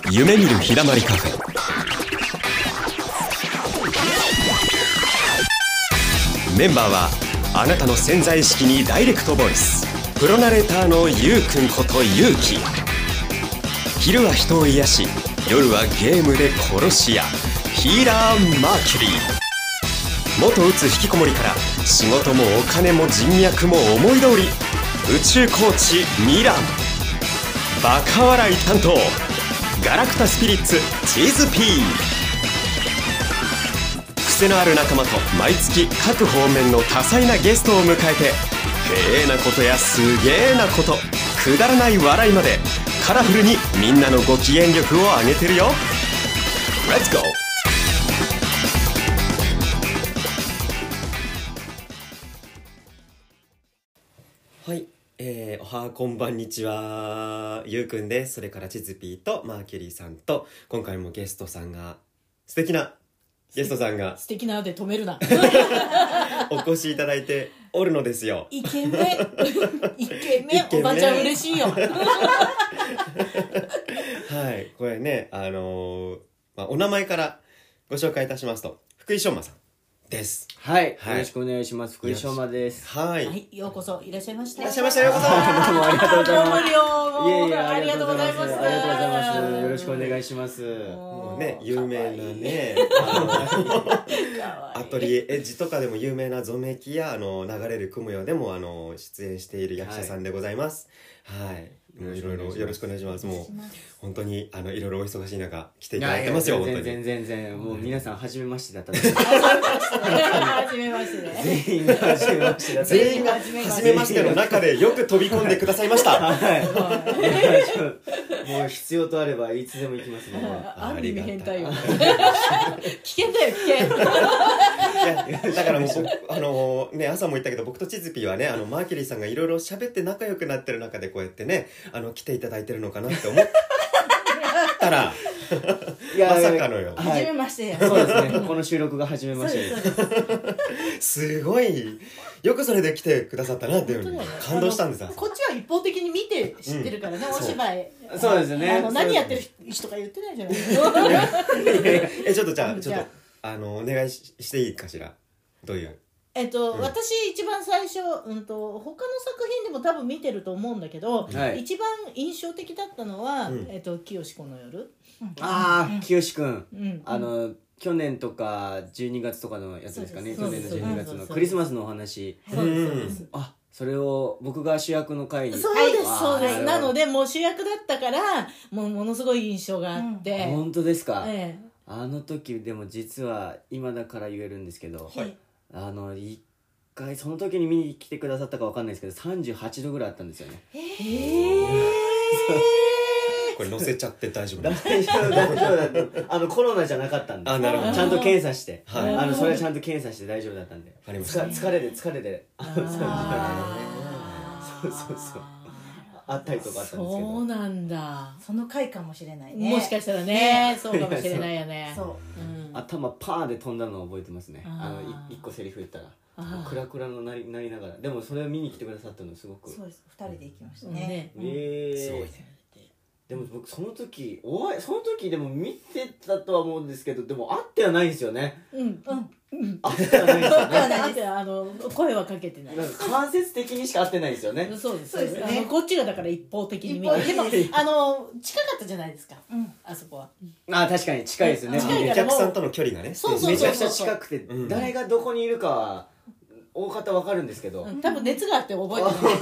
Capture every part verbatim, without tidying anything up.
夢見るひだまりカフェ。メンバーはあなたの潜在意識にダイレクトボイス、プロナレーターのゆうくんことゆうき。昼は人を癒し、夜はゲームで殺し屋、ヒーラーマーキュリー。元打つ引きこもりから仕事もお金も人脈も思い通り、宇宙コーチミラン。バカ笑い担当ガラクタスピリッツチーズピー。癖のある仲間と毎月各方面の多彩なゲストを迎えて、へえなことやすげえなこと、くだらない笑いまでカラフルにみんなのご機嫌力を上げてるよ。レッツゴー。はい、えー、おはこんばんにちは、ゆうくんです。それからチズピーとマーキュリーさんと、今回もゲストさんが、素敵なゲストさんが素敵なで止めるなお越しいただいておるのですよ。 イケメンイケメンおばちゃん嬉しいよはい 、これね、あのーまあ、お名前からご紹介いたしますと、福井翔馬さんです。 はい、 はい、 よろしくお願いします。福井翔馬です。 はい、 はい、ようこそいらっしゃいました。 いらっしゃいました。ようこそ。 どうもありがとうございます。 どうもいえいえ、 ありがとうございます。 ありがとうございます。よろしくお願いします。 もうね、有名なね、あのアトリエエッジとかでも有名なゾメキやあの流れる雲よでもあの出演している役者さんでございます。はい。はいもういろいろよろしくお願いします。もう本当にあのいろいろお忙しい中来ていただいてますよ。 全然全然もう皆さん初めましてだったんです。 初めましてね。 全員が初めましてだった。 全員が初めましての中でよく飛び込んでくださいました。はい。 もう必要とあればいつでも行きますね。 ある意味変態よ。危険だよ危険。 いやだからもうあのね朝も言ったけど僕とチズピーはねあのマーキュリーさんがいろいろ喋って仲良くなってる中でこうやってねあの来ていただいてるのかなって思ったらいやまさかのよ。 初めましてや。 そうですね。この収録が初めましてです。 すごいよくそれで来てくださったなっていう感動したんです。 こっちは一方的に見て知ってるからね、お芝居。 そうですね。 あの何やってる人か言ってないじゃない。 えちょっとじゃあちょっとあのお願いししていいかしら。どういうえっと、うん、私一番最初、うんと、他の作品でも多分見てると思うんだけど、はい、一番印象的だったのは、うん、えっと、清子の夜。 ああ、清くん、うん、あの去年とかじゅうにがつとかのやつですかね。去年のじゅうにがつのクリスマスのお話。 そうですそうです。 あ、それを僕が主役の回に。 そうですそうです。なのでもう主役だったからもうものすごい印象があって。 うん、本当ですか。 ええ、あの時でも実は今だから言えるんですけど。はい。あの一回その時に見に来てくださったかわかんないですけどさんじゅうはちどぐらいあったんですよね。 へえこれ載せちゃって大丈夫ですか？ 大丈夫大丈夫だってあのコロナじゃなかったんで、 あなるほどちゃんと検査して、 はい、 あのそれはちゃんと検査して大丈夫だったんで、 ありましたね、 疲れで疲れでそうそうそうあったりとかあったんですけど。 そうなんだ。 その回かもしれないね。 もしかしたらね、そうかもしれないよね。 そう、 うん、頭パーンで飛んだのを覚えてますね。あのい一個セリフ言ったらクラクラのなりなりながら、でもそれを見に来てくださったのすごく。 そうです。二人で行きましたね。 うん、えー、 すごいね。 でも僕その時お会いその時でも見てたとは思うんですけど、でも会ってはないんですよね。 うんうんうん。 会ってはないんですよね。 会ってあの声はかけてない。 なんか間接的にしか会ってないんですよね。 そうですそうです。あのこっちがだから一方的に見て。でもあの近かったじゃないですか。うん。あそこは。 あ確かに近いですよね。 お客さんとの距離がね。 そうそうそう。 めちゃくちゃ近くて誰がどこにいるかは大方わかるんですけど。 多分熱があって覚えてない。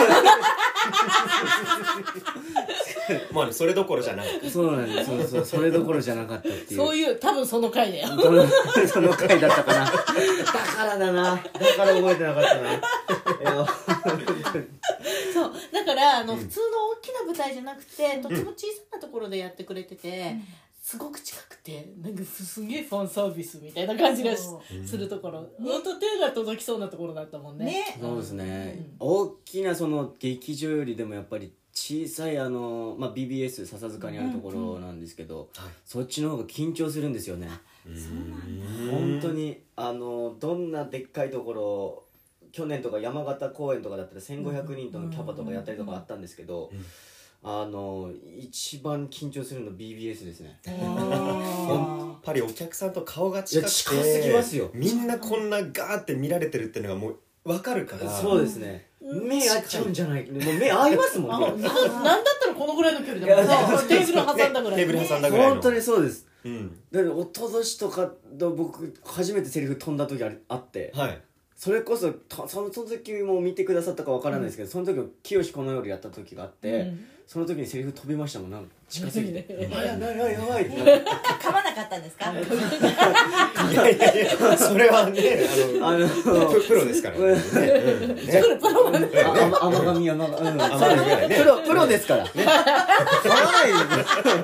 まあね、それどころじゃない。 そうなんです。そうそう、それどころじゃなかったっていう。 そういう多分その回だよ。 その回だったかな。だからだな。だから覚えてなかったな。 そうだからあの、うん、普通の大きな舞台じゃなくてとても小さなところでやってくれてて、うん、すごく近くてなんかすげえファンサービスみたいな感じがするところ、本当手が届きそうなところだったもんね。 ね、そうですね、うん、大きなその劇場よりでもやっぱり小さいあの、まあ、ビービーエス 笹塚にあるところなんですけど、うんうん、そっちの方が緊張するんですよね。本当にあのどんなでっかいところ去年とか山形公演とかだったらせんごひゃくにんとのキャパとかやったりとかあったんですけど、 あの一番緊張するの ビービーエス ですね。 やっぱりお客さんと顔が近くて近すぎますよ。 みんなこんなガーって見られてるっていうのがもう分かるから。 そうですね、目合っちゃうんじゃない、もう目合いますもんね。 なんだったらこのぐらいの距離だもんね。テーブル挟んだぐらい、 テーブル挟んだぐらいの。 本当にそうです。 うん、 だからおととしとかと僕初めてセリフ飛んだ時ありあって、 はい、 それこそそのその時も見てくださったかわからないですけど、うん、その時も清この夜やった時があって、うん、その時にセリフ飛びましたもん。なんか近すぎて「やばいやばいやばい」って噛まなかったんですか？ いやいやいや、それはね、あのプロですからね。 プロがね、 甘噛み山がプロプロですからね。噛まない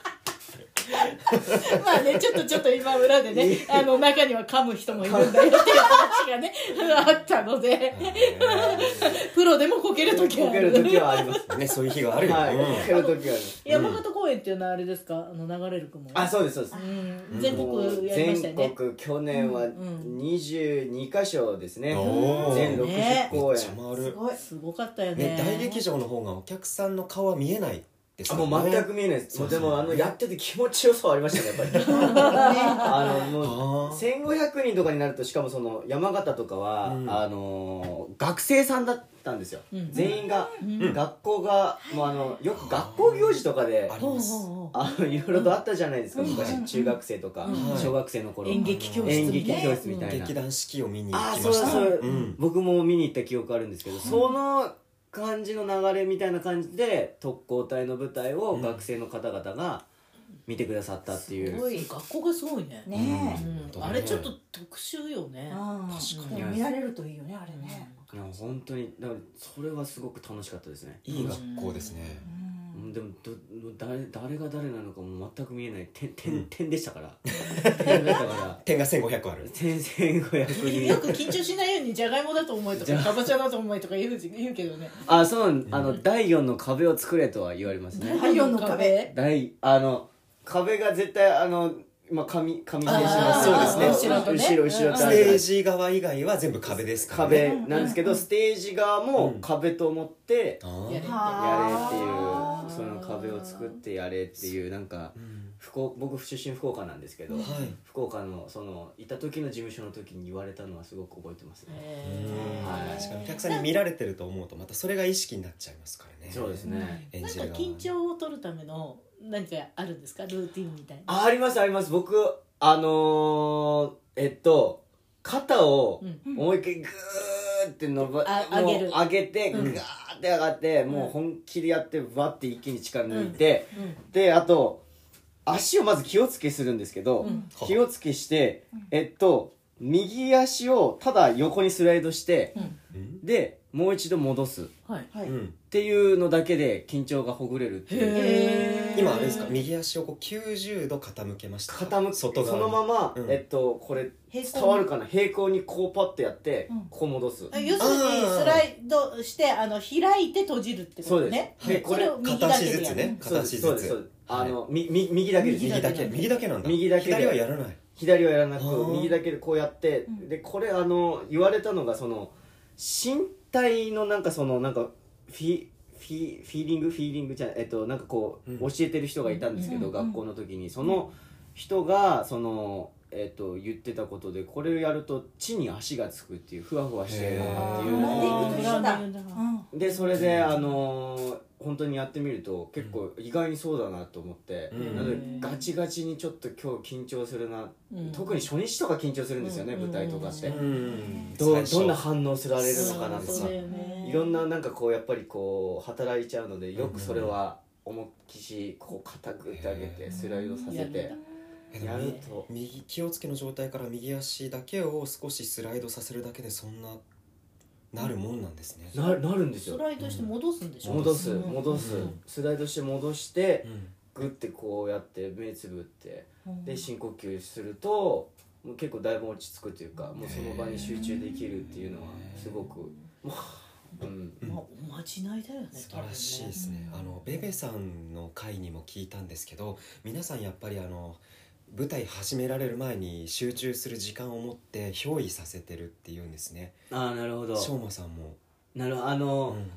まあね、ちょっとちょっと今裏でね、あの中には噛む人もいるんだよっていう話がねあったので、プロでもこける時はある。 こける時はありますね。そういう日があるよ。 はい、こける時はある。 山形公園っていうのはあれですか、あの流れる雲。 あ、そうですそうです。 全国やりましたよね。 全国去年はにじゅうにかしょですね。全ろくじゅっこうえん。 すごい、すごかったよね。 大劇場の方がお客さんの顔は見えない。 あ、もう全く見えないです。もうでもあのやってて気持ちよさはありましたね、やっぱり。あのもうせんごひゃくにんとかになると、しかもその山形とかは、うん、あの学生さんだったんですよ。うん、全員が、うん、学校がもうあのよく学校行事とかで、うん、あのいろいろとあったじゃないですか、昔、うん、中学生とか、うん、小学生の頃、 演劇教室、 演劇教室みたいな劇団四季を見に行きました。 あ、そうそう、うん、僕も見に行った記憶あるんですけど、その感じの流れみたいな感じで特攻隊の舞台を学生の方々が見てくださったっていう、 すごい、学校がすごいね。ねえ、うん、あれちょっと特殊よね。 確かに見られるといいよね、あれね。 いや本当にだからそれはすごく楽しかったですね。 いい学校ですね。 うん、でもど誰誰が誰なのかも全く見えない点点点でしたから。 点だから点がせんごひゃくある。 点せんごひゃくにん。 よく緊張しないようにじゃがいもだと思えとかかぼちゃだと思えとか言う言うけどね。 あ、そう、あのだいよんの壁を作れとは言われますね。 だいよんの壁。 大あの壁が絶対あの。まあ、紙紙でします。そうですね。 後ろ後ろ後ろステージ側以外は全部壁ですからね。壁なんですけど、ステージ側も壁と思ってやれっていう、その壁を作ってやれっていう、なんか福岡、僕出身福岡なんですけど、福岡のそのいた時の事務所の時に言われたのはすごく覚えてますね。 確かにお客さんに見られてると思うとまたそれが意識になっちゃいますからね。 そうですね。 なんか緊張を取るための何かあるんですか、ルーティンみたいな。 あ、ありますあります。僕あのー、えっと肩を思いっきりグーって伸ば、 うん、上げる上げて、うん、ガーって上がって、うん、もう本気でやってバッて一気に力抜いて、うんうん、であと足をまず気をつけするんですけど、うん、気をつけして、うん、えっと右足をただ横にスライドして、うん、でもう一度戻す、はいはい、っていうのだけで緊張がほぐれるっていう。 へー、 今あれですか、右足をこうきゅうじゅうど傾けました。 傾く外側そのまま、うん、えっとこれ伝わるかな、平行にこうパッてやって、うん、こう戻す。 要するにスライドしてあの開いて閉じるってことね。 そうです。これを右だけでやる。片足ずつね。片足ずつ。そうですそうです。 あの、はい、みみ右だけです。 右だけ右だけなんだ。 右だけで。 左はやらない。 左はやらなく右だけでこうやって、うん、でこれあの言われたのがその身体のなんかそのなんかフィフィフィーリングフィーリングじゃない、えっとなんかこう、うん、教えてる人がいたんですけど、うん、学校の時にその人がそのえっと言ってたことで、これをやると地に足がつくっていう、ふわふわしてるっていうので、それであのー、本当にやってみると結構意外にそうだなと思って、うん、なのでガチガチにちょっと今日緊張するな、うん、特に初日とか緊張するんですよね、うん、舞台とかって、うん、ど, どんな反応すられるのかなとか、いろんななんかこうやっぱりこう働いちゃうので、よくそれは思いっきしこう肩グって上げてスライドさせてやると、 右気をつけの状態から右足だけを少しスライドさせるだけでそんななるもんなんですね。 な, なるんですよ。 スライドして戻すんでしょ、 うん、戻す戻す、うん、スライドして戻して、うん、グッてこうやって目つぶって、うん、で深呼吸するともう結構だいぶ落ち着くというか、もうその場に集中できるっていうのはすごく、うん、 まあ、おまじないだよね。 素晴らしいですね。あのベベさんの回にも聞いたんですけど、皆さんやっぱりあの舞台始められる前に集中する時間を持って憑依させてるっていうんですね。 ああ、なるほど。 しょうまさんもなるほど。あの、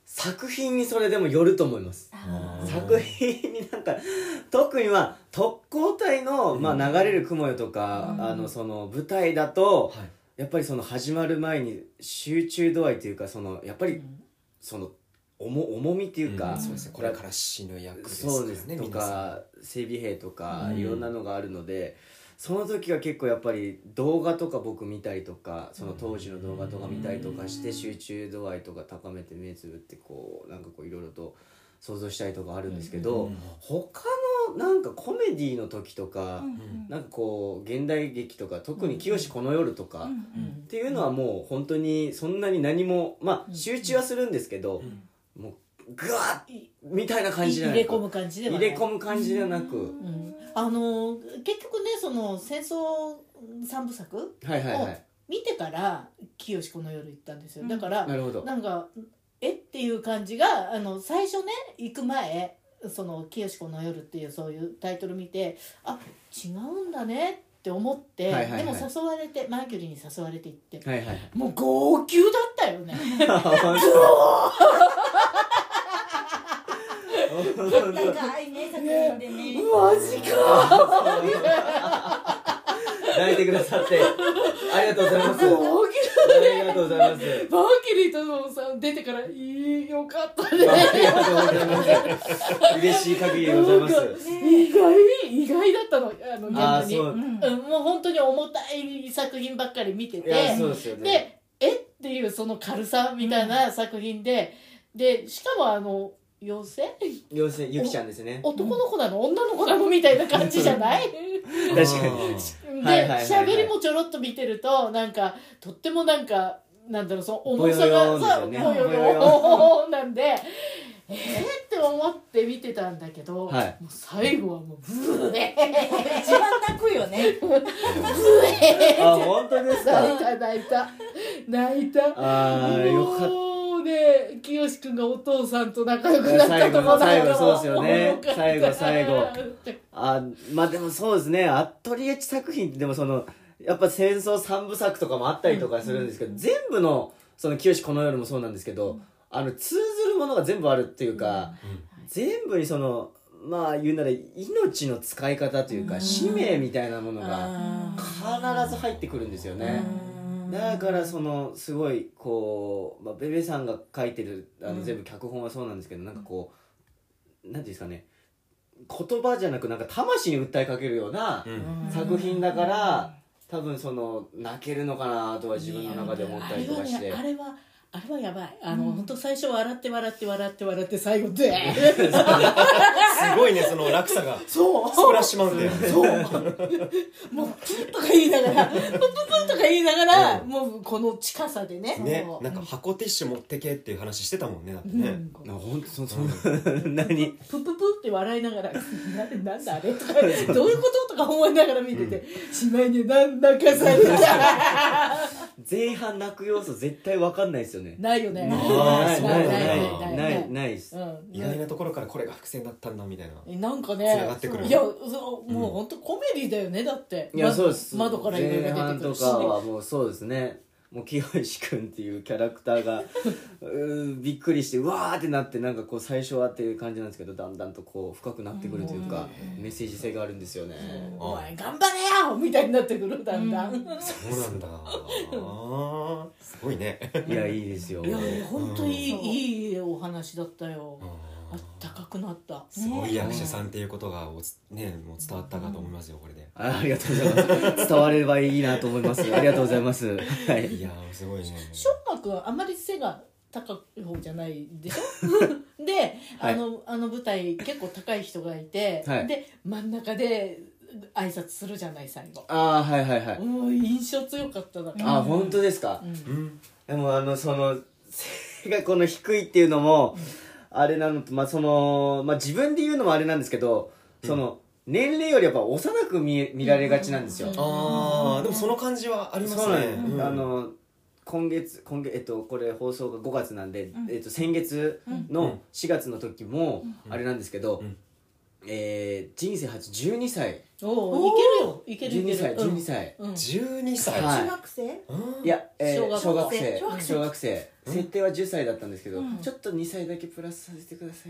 作品にそれでもよると思います。作品になんか特には特攻隊の、まあ、流れる雲よとか、うん、あのその舞台だと、はい、やっぱりその始まる前に集中度合いというかそのやっぱりその重, 重みっていうか、 うん、そうですね、これから死ぬ役ですからね。 そうですとか整備兵とかいろんなのがあるので、その時は結構やっぱり動画とか僕見たりとかその当時の動画とか見たりとかして集中度合いとか高めて目つぶってこうなんかこういろいろと想像したりとかあるんですけど、他のなんかコメディの時とかなんかこう現代劇とか特に清この夜とかっていうのはもう本当にそんなに何もまあ集中はするんですけどもうグワッみたいな感じじゃない入れ込む感じではない入れ込む感じではなく、うんうんあの結局ねその戦争三部作を見てから清この夜行ったんですよ。だから、 なるほどなんかえっていう感じがあの最初ね行く前その清この夜っていうそういうタイトル見てあ違うんだねって思って、はいはいはい、でも誘われてマーキュリーに誘われて行って、はいはいはい、もう号泣だったよね高いね作品でねマジか泣いてくださってありがとうございますありがとうございますバーキリーとのさ出てからいいよかったねありがとうございます嬉しい限りでございます意外意外だったのあの現場にあそう、 うん、もう本当に重たい作品ばっかり見てていやそうですよねでえっていうその軽さみたいな作品で、うん、でしかもあの妖精妖精ゆきちゃんですね男の子なの、うん、女の子なのみたいな感じじゃない確かにで喋りもちょろっと見てるとなんかとってもなんかなんだろうその重さがさぼよよなんでえーって思って見てたんだけど、はい、もう最後はもうブーエ一番泣くよねブーエあ本当ですか泣いた泣いた泣いたあーよかったで清くんがお父さんと仲良くなったところ最後そうですよね最後最後あまあでもそうですねアットリエッチ作品ってでもそのやっぱ戦争三部作とかもあったりとかするんですけど、うん、全部のその清この夜もそうなんですけど、うん、あの通ずるものが全部あるっていうか、うん、全部にそのまあ言うなら命の使い方というか、うん、使命みたいなものが必ず入ってくるんですよね、うん、だからそのすごいこう、まあ、ベベさんが書いてるあの全部脚本はそうなんですけど、うん、なんかこうなんていうんですかね言葉じゃなくなんか魂に訴えかけるような作品だから、うん、多分その泣けるのかなとは自分の中で思ったりとかして、 あれはあれはやばいあの、うん、本当最初笑って笑って笑って笑って最後ですごいねその落差がそうスプラッシュマウンテンそうもうプーとか言いながらプープーとか言いながら、うん、もうこの近さでねねなんか箱ティッシュ持ってけっていう話してたもんねだってね、 うん、本当そそ何プププって笑いながらな, なんだあれとかどういうこととか思いながら見てて、うん、しまいになんだかされた前半泣く要素絶対分かんないですよねないよねないないないないないです、うん、 意外なところからこれが伏線だったんだみたいななんかね繋がってくるいやもう本当コメディだよねだっていやそうです窓からいろいろ出てくるし前半とかはもうそうですねもう清くんっていうキャラクターがうびっくりしてうわーってなってなんかこう最初はっていう感じなんですけどだんだんとこう深くなってくるというかメッセージ性があるんですよねお前頑張れよみたいになってくるだんだんそうなんだすごいねいやいいですよいや本当にいいお話だったよあったかくなったすごい役者さんっていうことがおつ、ね、もう伝わったかと思いますよこれであ, ありがとうございます伝わればいいなと思いますありがとうございます、はい、 いやすごいね翔馬くんはあまり背が高い方じゃないでしょで、はい、あのあの舞台結構高い人がいて、はい、で真ん中で挨拶するじゃない最後ああはいはいはいもう印象強かっただからあ本当ですか、うん、でもあのその背がこの低いっていうのも、うんあれなのと、まあそのまあ、自分で言うのもあれなんですけど、うん、その年齢よりやっぱ幼く 見, 見られがちなんですよ、うん、 ああでもその感じはありますね、 うん、あの今月今月、えっと、これ放送がごがつなんで、うんえっと、先月のしがつの時もあれなんですけど、 えー、人生初じゅうにさいおお、いけるよ、いけるじゅうにさいいける。 じゅうにさい、 うんじゅうにさい、 はい中学生？ うんいや、えー小小学学生生小学生設定はじゅっさいだったんですけど、ちょっとにさいだけプラスさせてください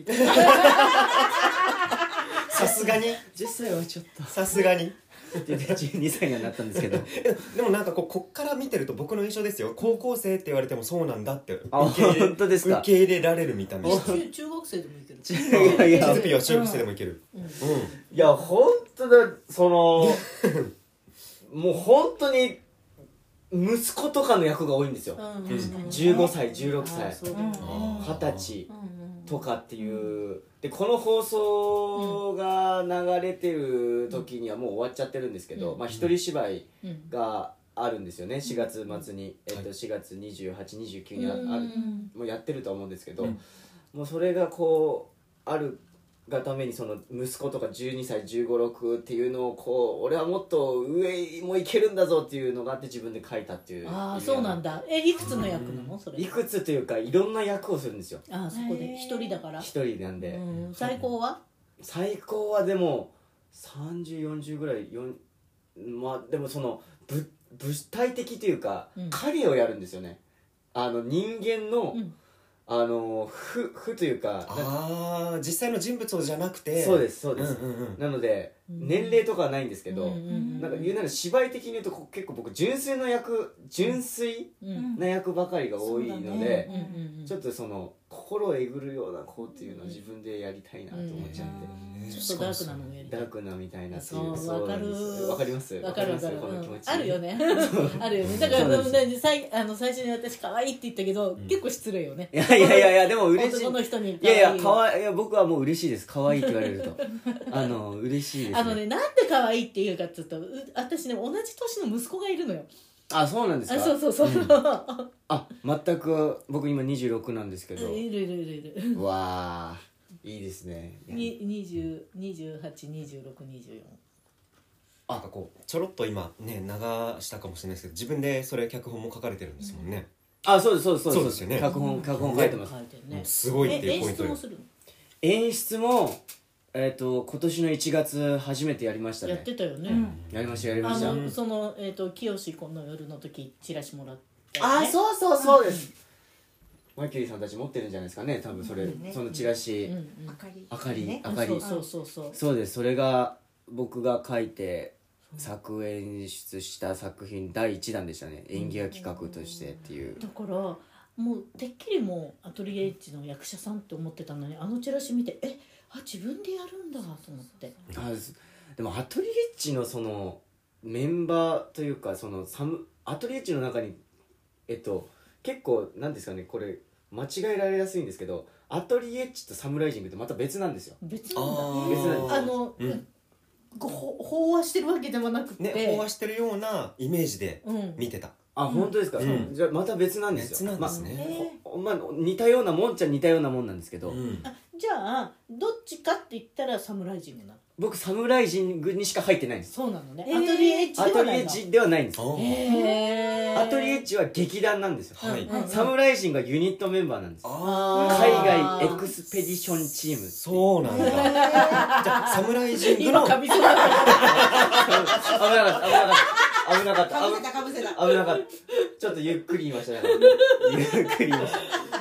さすがにじゅっさいはちょっとさすがにって言ってじゅうにさいにはなったんですけどでもなんかこうこっから見てると僕の印象ですよ、高校生って言われてもそうなんだって受あけ入れ本当ですか受け入れられる見た目して中中学生でもいける。 いやいやキズピーは中学生でもいける、うんいや本当だそのもう本当に息子とかの役が多いんですよ、 うんうんじゅうごさいじゅうろくさいあーそうだよねはたちうんうんとかっていうでこの放送が流れてる時にはもう終わっちゃってるんですけど、 うんまあ一人芝居うんがあるんですよねしがつ末に、えっと、しがつにじゅうはち、にじゅうくにああるうんもうやってると思うんですけど、 うんもうそれがこうあるがためにその息子とかじゅうにさいじゅうご、ろくっていうのをこう俺はもっと上もいけるんだぞっていうのがあって自分で書いたっていうああ、そうなんだ。え、いくつの役なのそれ？ いくつというかいろんな役をするんですよああ、そこで一人だから。 一人なんで、 うん、最高は？ 最高はでもさんじゅう、よんじゅうぐらいよんまあでもそのぶ物体的というか、 うん影をやるんですよねあの人間の、 うんあの負負というかなんかああ実際の人物じゃなくてそうですそうです、 うんうんうんなので、 うん年齢とかはないんですけど、 うんうんなんか言うなら芝居的に言うとこ結構僕純粋な役純粋うんな役ばかりが多いのそうだで、 うんうんうんちょっとその心をえぐるようなこうっていうのを自分でやりたいなと思っちゃって、 ねちょっとダークなのもやりたい。 ダークなみたいなっていうそうそうなんですわかるわかりますわかるわかる、 わかりますこの気持ち、 うんあるよねあるよねだからそうなんですよねさいあの最初に私可愛いって言ったけど、結構失礼よねいやいやいやいやでも嬉しい男の人にいやいやかわわいいや僕はもう嬉しいです可愛いって言われるとあの嬉しいですねあのねなんで可愛いって言うかっつうとう私ね同じ年の息子がいるのよあそうなんですかあそうそうそう、 あ全く僕今にじゅうろくなんですけどいるいるいるいるわあいいですねいやににじゅう、にじゅうはち、にじゅうろく、にじゅうよんなんかこうちょろっと今ね流したかもしれないですけど自分でそれ脚本も書かれてるんですもんね、 あそうですそうですそうですよね脚本脚本書いてます書いてるねすごいっていうえポイントで演出もするの演出もえっと今年のいちがつ初めてやりましたやっねてたよね、 やりましたやりまあしたのそのえっ、と清この夜の時チラシもらって、 あそうそうそうですマイケリーさんたち持ってるんじゃないですかね多分それうんねそのチラシうんうんあかりあかりねあかりそうそうそうそうそうですそれが僕が書いて作演出した作品だいいちだんでしたね演技企画としてっていうだからもうてっきりもうアトリエエッジの役者さんって思ってたのにあのチラシ見てえあ自分でやるんだと思ってあでもアトリエッジのそのメンバーというかそのサムアトリエッジの中にえっと結構なんですかねこれ間違えられやすいんですけどアトリエッジとサムライジングってまた別なんですよ別なんだあー別なんですあの、 うんご飽和してるわけではなくて、 ね飽和してるようなイメージでうん、 見てた、 あ本当ですか、 うんじゃあまた別なんですよ別なんですね、 まあ、まあ似たようなもんっちゃ似たようなもんなんですけど、 うんあじゃあどっちかって言ったらサムライジングなの僕サムライジングにしか入ってないんですそうなのね、 えーアトリエエッジアトではないのリエッジではないんですあーへーアトリエッジは劇団なんですよ、 はい、 うんうんサムライジングはユニットメンバーなんですあ海あー外エクスペディションチームそうなんだじゃあサムライジングの今かみそうだった危なかった危なかった危なかったかぶせたかぶせた危なかったちょっとゆっくり言いましたねゆっくり言いました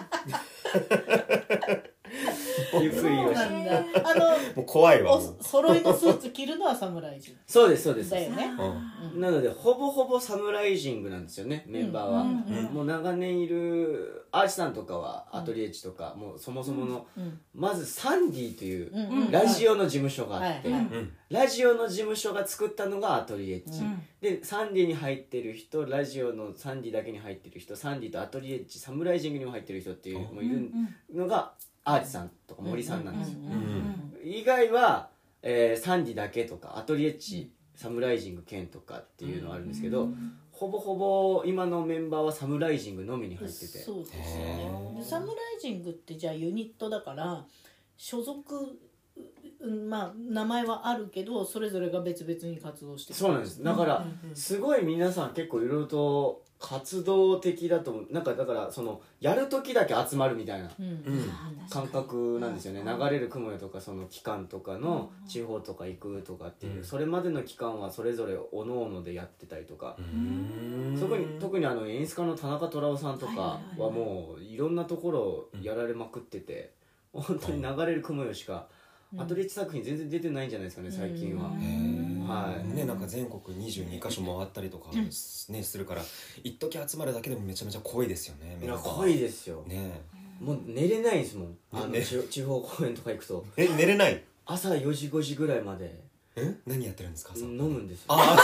ゆっくり言いましたそうなんだあのもう怖いわもうお揃いのスーツ着るのはサムライジンそうですそうですだよねうんなのでほぼほぼサムライジングなんですよねメンバーは、 うんうんもう長年いるアーチさんとかはアトリエッジとか、もうそもそもの、 うんまずサンディといううんうんラジオの事務所があって、 はいはいうんラジオの事務所が作ったのがアトリエッジ、 うんでサンディに入ってる人ラジオのサンディだけに入ってる人サンディとアトリエッジサムライジングにも入ってる人っていうのもいるのがアーチさんとか森さんなんですよ、 うんうんうん以外は、えーサンディだけとかアトリエッジ、サムライジング兼とかっていうのがあるんですけど、ほぼほぼ今のメンバーはサムライジングのみに入っててそうですよねでサムライジングってじゃあユニットだから所属うんまあ名前はあるけどそれぞれが別々に活動してるそうなんですだからうんうんすごい皆さん結構いろいろと活動的だと思う。なんかだからそのやる時だけ集まるみたいなうんうん感覚なんですよね。流れる雲よとかその期間とかの地方とか行くとかっていう、 うんそれまでの期間はそれぞれおのおのでやってたりとか、 うんそこに特にあの演出家の田中虎夫さんとかはいはもういろんなところをやられまくってて、本当に流れる雲よしかアトリエッチ作品全然出てないんじゃないですかね最近は。 うんはいね、なんか全国にじゅうにかしょ回ったりとか、ね、するから一時集まるだけでもめちゃめちゃ濃いですよね。 いや濃いですよ、 ねもう寝れないですもん。あの、 ね地地方公演とか行くとえ寝れない。 朝よじごじぐらいまでえ何やってるんですか。 飲むんですよ。 あ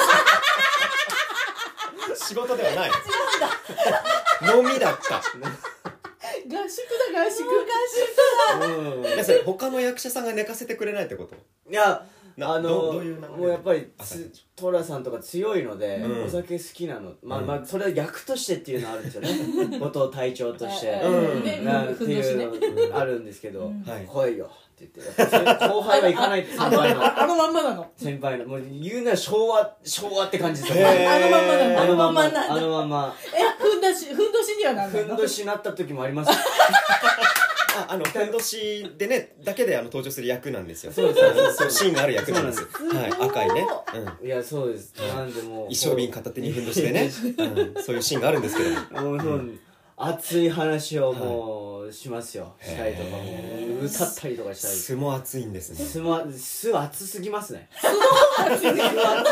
あ仕事ではない。飲みだった。 合宿だ合宿うんえそれ他の役者さんが寝かせてくれないってこと。 いやなあのどうどういう流れもうやっぱり朝つ寅さんとか強いので、 うんお酒好きなの、まあうんまあそれは役としてっていうのはあるんですよね元隊長として、 うんねなんてふんどしねいうのあるんですけど、 はい来いよって言ってやっぱ後輩は行かないって先あの輩のあのまんまなの先輩のもう言うなら昭和昭和って感じですよ、 へーあのまんまなのあのままあのままなんだあのままえふんどしふんどしにはなんないのふんどしになった時もありますああのふんどしでねだけであの登場する役なんですよ。 そうですそうですそうシーンがある役なんです。 そうはい赤いね。うんいやそうですなんでもう一升瓶片手にふんどしでね、うん、そういうシーンがあるんですけども。 もうそう熱い話をもうしますよ、 はいしたりとかもう歌ったりとかしたり素も熱いんですね。 すます熱すぎますねあそう。 熱いです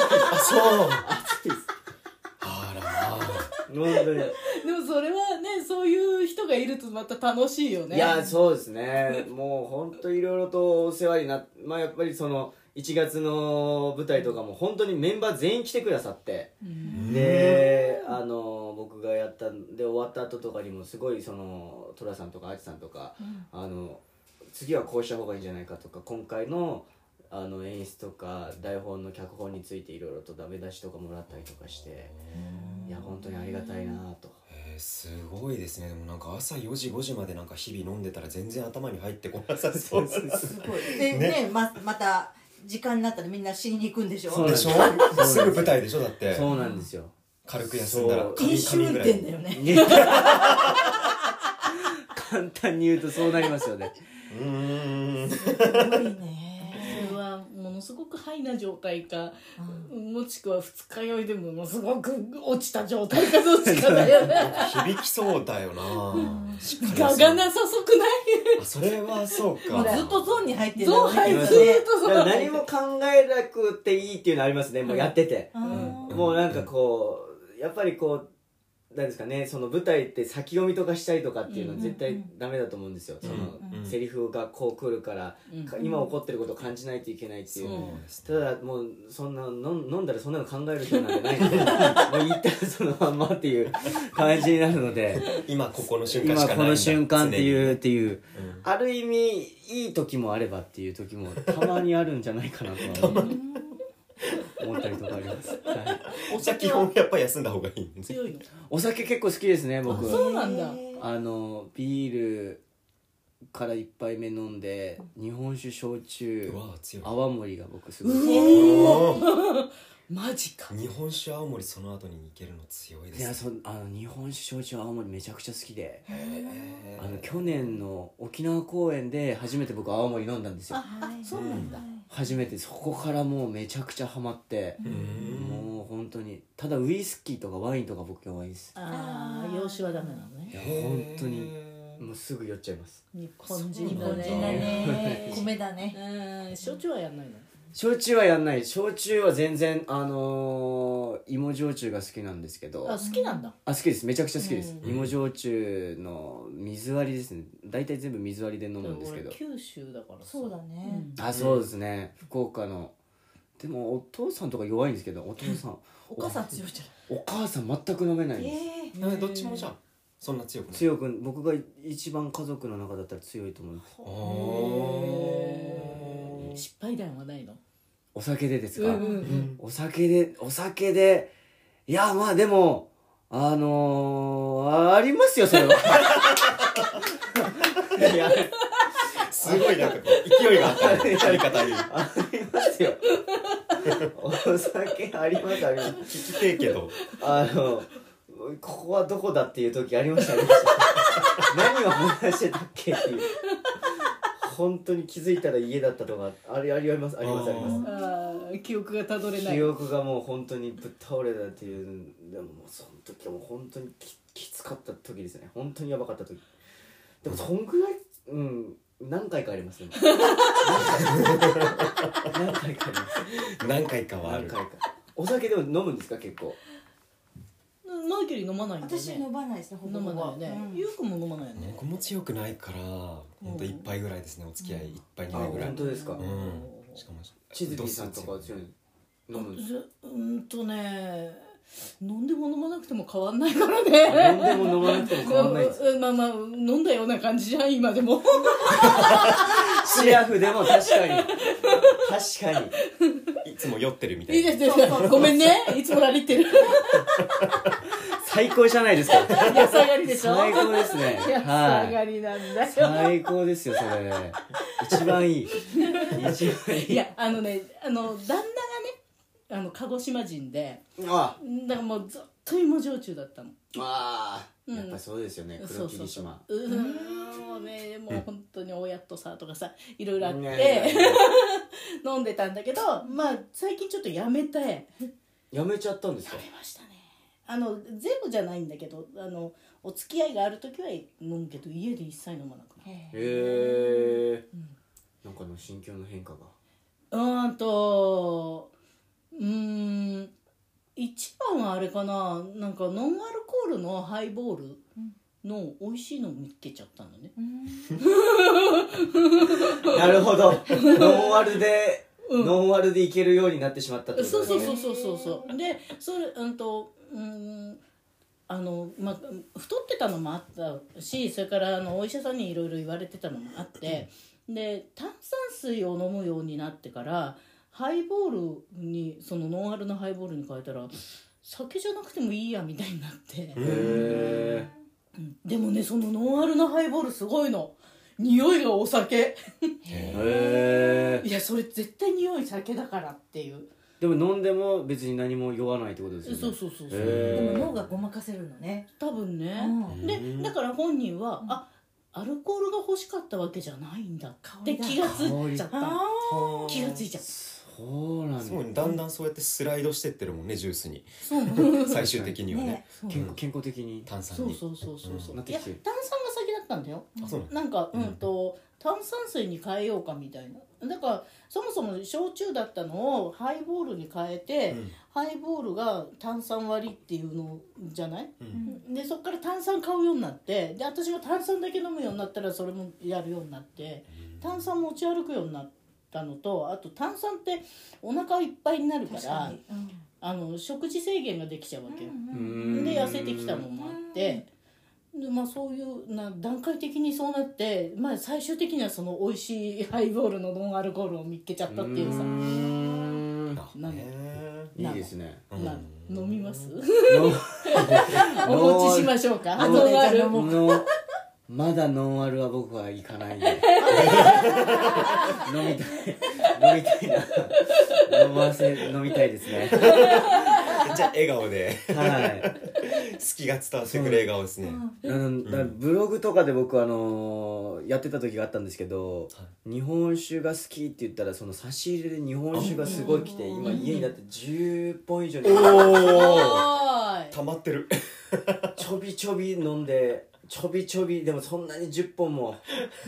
あらまあ。 本当にでもそれはねそういう人がいるとまた楽しいよね。 いやそうですねもう本当いろいろとお世話になっまあやっぱりそのいちがつの舞台とかも本当にメンバー全員来てくださってであの僕がやったんで終わった後とかにもすごいその寅さんとかあちさんとか、あの次はこうした方がいいんじゃないかとか今回のあの演出とか台本の脚本についていろいろとダメ出しとかもらったりとかしていや本当にありがたいなと。 えー、すごいですね。でもなんか朝よじごじまでなんか日々飲んでたら全然頭に入ってこなさそうですすごいでねねままた時間になったらみんな死にに行くんでしょ。 そうでしょすぐ舞台でしょだって。 そうなんですよ軽く休んだらそう飲酒運転だよね。 簡単に言うとそうなりますよね。 うーんすごいね。 それはものすごくハイな状態か、もしくは二日酔いでものすごく落ちた状態かどっちかだよね。 響きそうだよな。しっかり我休んがなさそくないあそれはそうか。 もうずっとゾーンに入ってるゾーン入ねるずっとだから何も考えなくていいっていうのありますねもうやってて、 うんもうなんかこうやっぱりこうなんですかねその舞台って先読みとかしたりとかっていうのは絶対ダメだと思うんですよ、そのうんセリフがこう来るから、 うんか今起こってることを感じないといけないっていう、 そうですただもうそんな飲ん飲んだらそんなの考える人なんてないのでもう言ったらそのまんまっていう感じになるので今ここの瞬間しかないんだ。 今この瞬間っていうっていう、 うんある意味いい時もあればっていう時もたまにあるんじゃないかなとは思ったりとかあります、はい、 おじゃあ基酒は本やっぱり休んだ方がいいんですね。 強いの。 お酒結構好きですね僕あそうなんだ。 あのビールから一杯目飲んで日本酒焼酎うわ強い。 泡盛が僕すごい好きおーマジか。 日本酒青森その後に行けるの強いですね。 いやそあの日本酒焼酎泡盛めちゃくちゃ好きでへーあの去年の沖縄公演で初めて僕青森飲んだんですよあ、そうなんだ。 初めてそこからもうめちゃくちゃハマってうーんもう本当にただウイスキーとかワインとか僕弱いですああ、洋酒はダメなのね。 いやへー本当にもうすぐ酔っちゃいます日本日人だ本人だね。 ね。米だね。 うん、焼酎はやんないの。 焼酎はやんない焼酎は全然あのー、芋焼酎が好きなんですけどあ、好きなんだ。 あ好きですめちゃくちゃ好きです、 うん芋焼酎の水割りですね大体全部水割りで飲むんですけど俺九州だからさ。 そうだね。 あそうですね福岡のでもお父さんとか弱いんですけどお父さんお母さん強いじゃん。 お母さん全く飲めないんです、 えなんでどっちもじゃあそんな強くない。 強く僕が一番家族の中だったら強いと思いますあー失敗談はないの。 お酒でですか、 うんうんお酒でお酒でいやまあでもあのー、ありますよそれはいやすごいなんかこう勢いがあったねやり方に。 ありますよお酒ありますあります聞きてえけど。 あのここはどこだっていう時ありましたありました何を話してたっけっていう本当に気づいたら家だったとかあれありますありますありますあー記憶がたどれない記憶がもう本当にぶっ倒れたっていうでももうその時はもう本当に き, きつかった時ですね本当にやばかった時でもそんぐらいうん何回かありますね何回かあります何回かはある。 何回かお酒でも飲むんですか結構マイケル飲まないんだよね私飲まないですねほぼ飲ほぼまないよね、 うんゆうくんも飲まないよね僕も強くないからほんと一杯ぐらいですねお付き合い一杯二杯ぐらい。 本当ですか、 うん。しかもチズリーさんとかは強い飲むんですずうんとね飲んでも飲まなくても変わんないからね飲んでも飲まなくても変わんないですうんまあまあ飲んだような感じじゃん今でもシラフでも確かに確かにいつも酔ってるみたいな。 いいですねごめんねいつもラリってる最高じゃないですか安上がりでしょ最高ですね安上がはいりなんだよ、 最高ですよそれ一番いい一番いいいやあのねあの旦那がねあの鹿児島人であだからもうずっと芋焼酎だったのあうんやっぱりそうですよね黒霧島そうそうそううーんもうねもう本当に親とさとかさいろいろあって、 ね飲んでたんだけどまあ最近ちょっとやめてややめちゃったんですかめましたねあの全部じゃないんだけどあのお付き合いがある時は飲むけど家で一切飲まなくなるへえなんかの心境の変化がうーんとうーん一番はあれかななんかノンアルコールのハイボールの美味しいのを見つけちゃったのね、 なるほどノンアルで、うん、ノンアルでいけるようになってしまったってことですねそうそうそうそうそうでそれうんとうんあのまあ太ってたのもあったしそれからあのお医者さんにいろいろ言われてたのもあってで炭酸水を飲むようになってからハイボールにそのノンアルのハイボールに変えたら酒じゃなくてもいいやみたいになってへえでもねそのノンアルのハイボールすごいの匂いがお酒へえいやそれ絶対匂い酒だからっていうでも飲んでも別に何も酔わないってことですよねそうそうそうそうでも脳がごまかせるのね多分ね、 うんでだから本人は、うん、あアルコールが欲しかったわけじゃないんだって気がついちゃった気がついちゃったそうなんだそうだんだんそうやってスライドしてってるもんねジュースにそう最終的にはねね健康健康的に炭酸にそうそうそうそうそう、 うんいや炭酸が先だったんだよあそうなんかうんと、炭酸水に変えようかみたいなだからそもそも焼酎だったのをハイボールに変えて、うん、ハイボールが炭酸割りっていうのじゃない、うん、でそっから炭酸買うようになってで私も炭酸だけ飲むようになったらそれもやるようになって炭酸持ち歩くようになったのとあと炭酸ってお腹いっぱいになるから、うん、あの食事制限ができちゃうわけよ、うん、で痩せてきたのもあってで、まあ、そういうな段階的にそうなって、まあ、最終的にはその美味しいハイボールのノンアルコールを見っけちゃったっていうさなんいいですねな飲みますお持ちしましょうかノンアルのまだノンアルは僕は行かないんで飲みたい飲みたいな飲ませ飲みたいですねじゃあ笑顔ではい好きが伝わってくる笑顔ですね、 うん、だブログとかで僕あのー、やってた時があったんですけど、はい、日本酒が好きって言ったらその差し入れで日本酒がすごい来て今家にだってじゅっぽん以上に溜まってるちょびちょび飲んでちょびちょびでもそんなにじゅっぽんも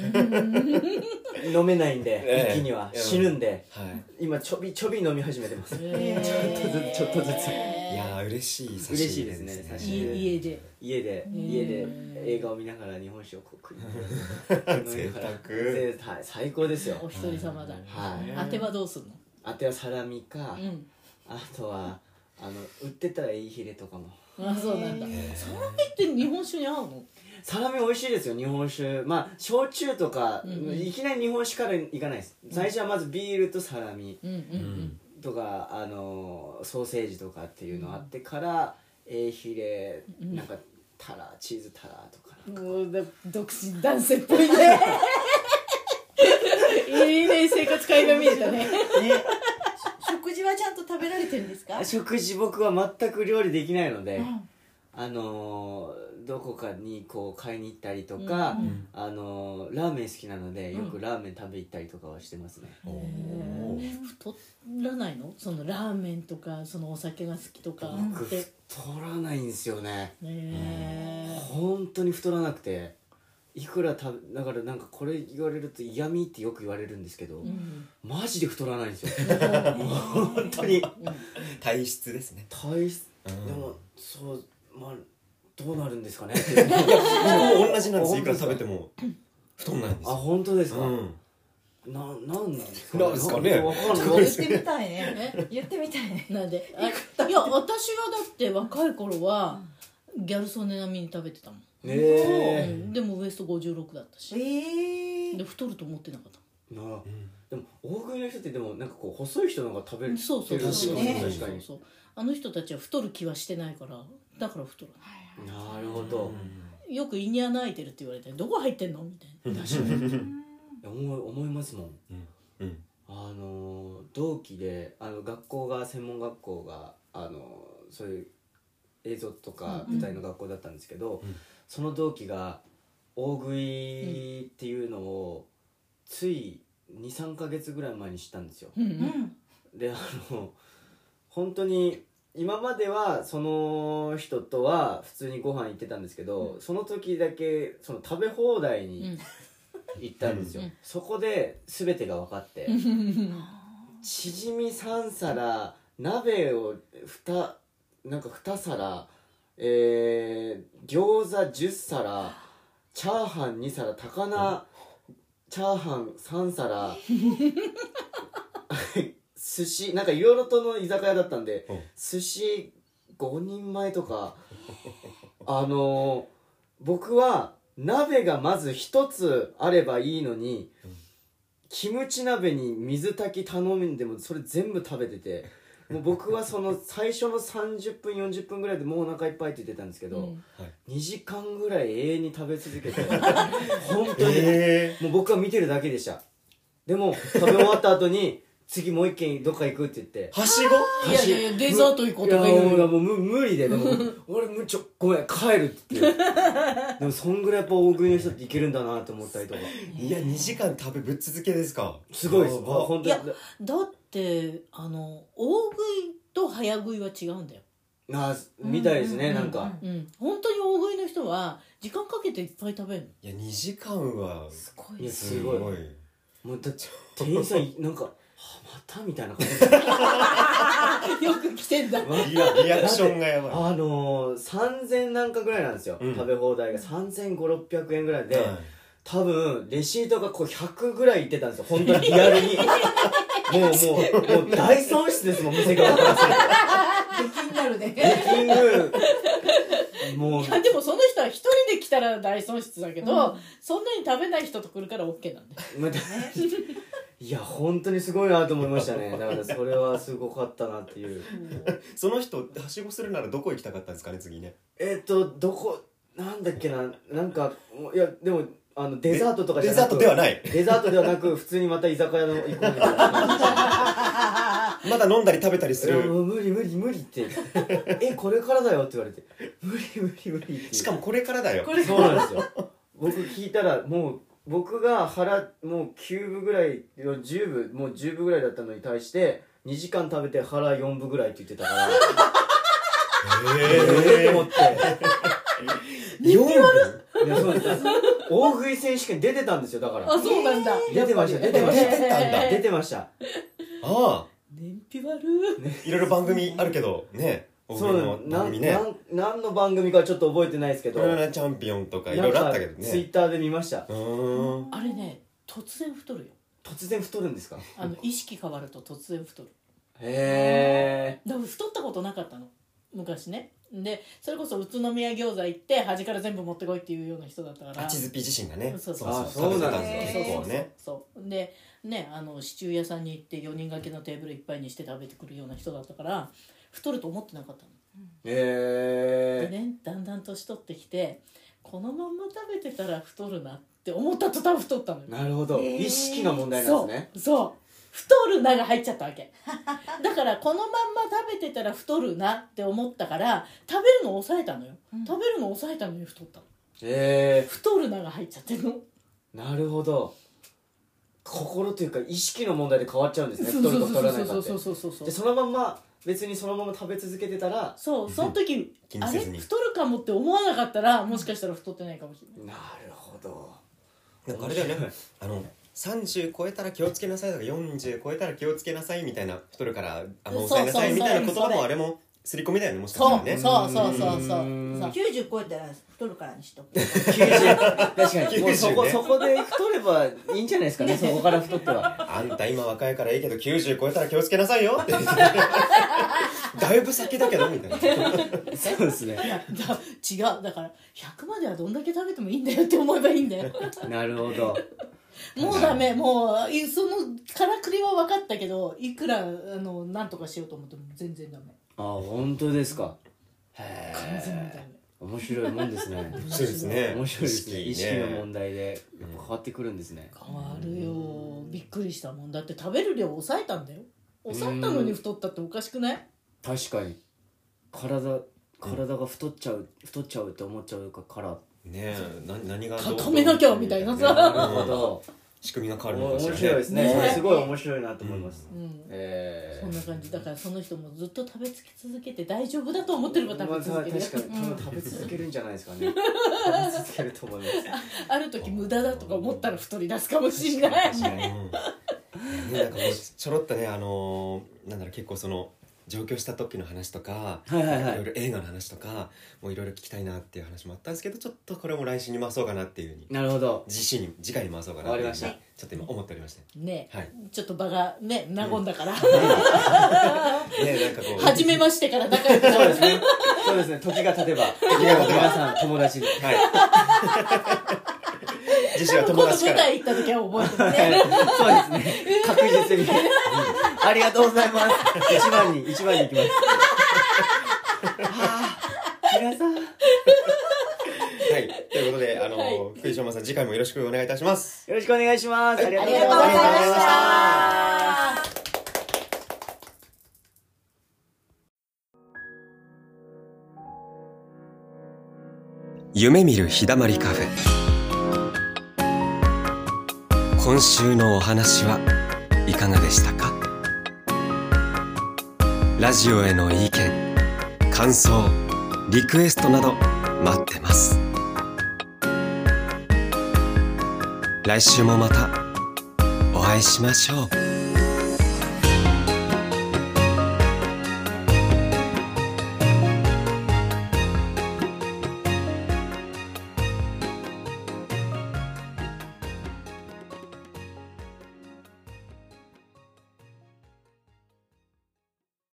飲めないんで、ええ、一気には死ぬんで、はい、今ちょびちょび飲み始めてます、えー、ちょっとずつちょっとずついやー嬉しい差嬉しいし入れですね差し入れ家で家で家で映画を見ながら日本酒をこう食い贅沢最高ですよお一人様だ、 はい、 当てはどうするの当てはサラミか、うん、あとはあの売ってたらエイヒレとかもあそうなんだサラミって日本酒に合うのサラミ美味しいですよ日本酒まあ焼酎とか、うんうん、いきなり日本酒からいかないです、うん、最初はまずビールとサラミとか、あのソーセージとかっていうのあってから、うん、エイヒレなんかタラチーズタラとかもう独身男性っぽいねいいね生活会が見えたねね食事はちゃんと食べられてるんですか？ 食事僕は全く料理できないので、うんあのー、どこかにこう買いに行ったりとか、 うん、 あのー、ラーメン好きなのでよくラーメン食べ行ったりとかはしてますね、 うん、へー太らないの？そのラーメンとかそのお酒が好きとか僕って太らないんですよね。 ね本当に太らなくて、いくら食べだからなんかこれ言われると嫌味ってよく言われるんですけど、うん、マジで太らないんですよ本当に体質ですね。 体質、うん、でもそうまあどうなるんですかねって僕も同じなんです。いくら食べても太んないんですよ。 あ、本当ですか、うん、な、なんですかね。 なんですかね。 言ってみたいね。言ってみたいね。 なんで、いや私はだって若い頃はギャル曽根並みに食べてたもん。 へえ、 うん、でもウエストごじゅうろくだったし、えー、で太ると思ってなかったな、うん、でも大食いの人ってでもなんかこう細い人の方が食べる、 そうそうそうそう、 ね、確かにそうそう、あの人たちは太る気はしてないからだから太る。 なるほど、 うん、よく胃に穴開いてるって言われてどこ入ってんのみたいな確かに思い、思いますもん、 うんうん、 あの同期であの学校が専門学校があのそういう映像とか舞台の学校だったんですけど、うんうん、その同期が大食いっていうのをつい にさんかげつぐらい前に知ったんですよ、うんうん、であの本当に今まではその人とは普通にご飯行ってたんですけど、うん、その時だけその食べ放題に行ったんですよ、うん、そこで全てが分かってチヂミさん皿鍋をになんかに皿、えー、餃子じゅっ皿、チャーハンに皿、高菜チャーハンさん皿寿司なんかいろいろとの居酒屋だったんで、寿司ごにんまえとかあのー、僕は鍋がまずひとつあればいいのに、キムチ鍋に水炊き頼んでもそれ全部食べてて、もう僕はその最初のさんじゅっぷんよんじゅっぷんぐらいでもうお腹いっぱいって言ってたんですけど、うん、にじかんぐらい永遠に食べ続けて本当に、えー、もう僕は見てるだけでした。でも食べ終わった後に次もう一軒どっか行くって言ってはしごいやいやデザート行こうとか言ういやもう無無理ででも俺もちょごめん帰るって言ってでもそんぐらいやっぱ大食いの人っていけるんだなと思ったりとか。 いやにじかん食べぶっ続けですか。 すごいです本当に。 いやだってあの大食いと早食いは違うんだよ。 あみたいですね、うん、なんか、 うんうん、本当に大食いの人は時間かけていっぱい食べるの。 いやにじかんはすごい、 いやすごい、もうだって店員さんなんかはまたみたいな感じよく来てんだ。 いやリアクションがやばい。 あのー、さんぜんなんかぐらいなんですよ、うん、食べ放題がさんぜんごひゃくろっぴゃくえんぐらいで、はい、多分レシートがこうひゃくぐらいいってたんですよ本当にリアルにもうもうもう大損失ですもん店側からすると出禁になるね。 出禁ぐもういやでもその人は一人で来たら大損失だけど、うん、そんなに食べない人と来るから OK なんだよ、まあ、 いや本当にすごいなと思いましたね。だからそれはすごかったなっていう、うん、 その人はしごするならどこ行きたかったんですかね次ね。 えっとどこなんだっけな、なんかいやでもあのデザートとかじゃなくデザートではないデザートではなく普通にまた居酒屋の行こうみたいなまだ飲んだり食べたりする。 もう無理無理無理ってえこれからだよって言われて無理無理無理ってしかもこれからだよ。 そうなんですよ僕聞いたらもう僕が腹もうきゅうぶぐらいじゅうぶもうじゅうぶぐらいだったのに対してにじかん食べて腹よんぶぐらいって言ってたからええー、と思って燃費悪いやそうです大食い選手権出てたんですよ。だからあそうなんだ出てました出てました出てたんだ出てました。ああ燃費悪い、 ね、いろいろ番組あるけどね。 そうの番組ね、何の番組かちょっと覚えてないですけど、 プロチャンピオンとかいろいろあったけどね。 ツイッターで見ました。 あれね突然太るよ。 突然太るんですか。 あの意識変わると突然太る。 へえ。 だから太ったことなかったの昔ね。でそれこそ宇都宮餃子行って端から全部持ってこいっていうような人だったから。 チズピ自身がね。 そうそうそうそうなんですよ。そうそうそうでねあのシチュー屋さんに行ってよにん掛けのテーブルいっぱいにして食べてくるような人だったから太ると思ってなかったの。 へえ。 でねだんだん年取ってきてこのまんま食べてたら太るなって思ったと多分太ったのよ。 なるほど、意識の問題なんですね。 そうそう太るなが入っちゃったわけだからこのまんま食べてたら太るなって思ったから食べるのを抑えたのよ、うん、食べるのを抑えたのに太ったの。 えー、 太るなが入っちゃってるの。 なるほど。心というか意識の問題で変わっちゃうんですね。太ると太らないかって。でそのまんま別にそのまま食べ続けてたら、 そうその時あれ太るかもって思わなかったらもしかしたら太ってないかもしれない。 なるほど。 なんかあれだよね、あのさんじゅう超えたら気をつけなさいとかよんじゅう超えたら気をつけなさいみたいな、太るからあんま抑えなさいみたいな言葉もあれも刷り込みだよね、もしかしたらね。 そうそうそうそうきゅうじゅう超えたら太るからにしとく。 きゅうじゅう確かにもうそこそこで太ればいいんじゃないですかね。そこから太ってはあんた今若いからいいけどきゅうじゅう超えたら気をつけなさいよってだいぶ先だけどみたいなそうですね。 いやだ違う、だからひゃくまではどんだけ食べてもいいんだよって思えばいいんだよなるほど。 もうダメ、もういそのからくりは分かったけど、いくらあのなんとかしようと思っても全然ダメ。 あ、本当ですか。へ完全にダメ。 面白いもんですね。 そうですね。 面白いですね。意識の問題で変わってくるんですね。 変わるよ。びっくりしたもん。だって食べる量抑えたんだよ。抑えたのに太ったっておかしくない？ 確かに。体体が太っちゃう太っちゃうって思っちゃうから。ねえ、な何が固めなきゃみたいなさ。 なるほど。 仕組みが変わるのかしらね。 面白いですね。それすごい面白いなと思います。 うん、 えー、そんな感じだからその人もずっと食べ続けて大丈夫だと思ってるから食べ続ける。 確かに、うん、食べ続けるんじゃないですかね。食べ続けると思います。 ある時無駄だとか思ったら太り出すかもしれない。 確かに。ね、なんかもうちょろっとね、あのー、なんだろう、結構その上京した時の話とか、 はいはいはい、 いろいろ映画の話とかもういろいろ聞きたいなっていう話もあったんですけど、ちょっとこれも来週に回そうかなっていうふうに。 なるほど。 次週に次回に回そうかなっていうふうにちょっと今思っておりましてね、 はい、 ちょっと場がね和んだから、うん、 ね、なんかこう初めましてから仲良くなる。 そうですね。そうですね。時が経てば時が経てば皆さん友達に。はい。 次週は友達から。 今度舞台行った時は覚えてるね。 そうですね。確実に。ありがとうございます。一番に一番に行きます。はあ、皆さん。 はい、ということで、あの、はい、福井翔馬さん、次回もよろしくお願いいたします。 よろしくお願いします。 はい、ありがとうございました。 夢見る日だまりカフェ。今週のお話はいかがでしたか？ラジオへの意見、感想、リクエストなど待ってます。来週もまたお会いしましょう。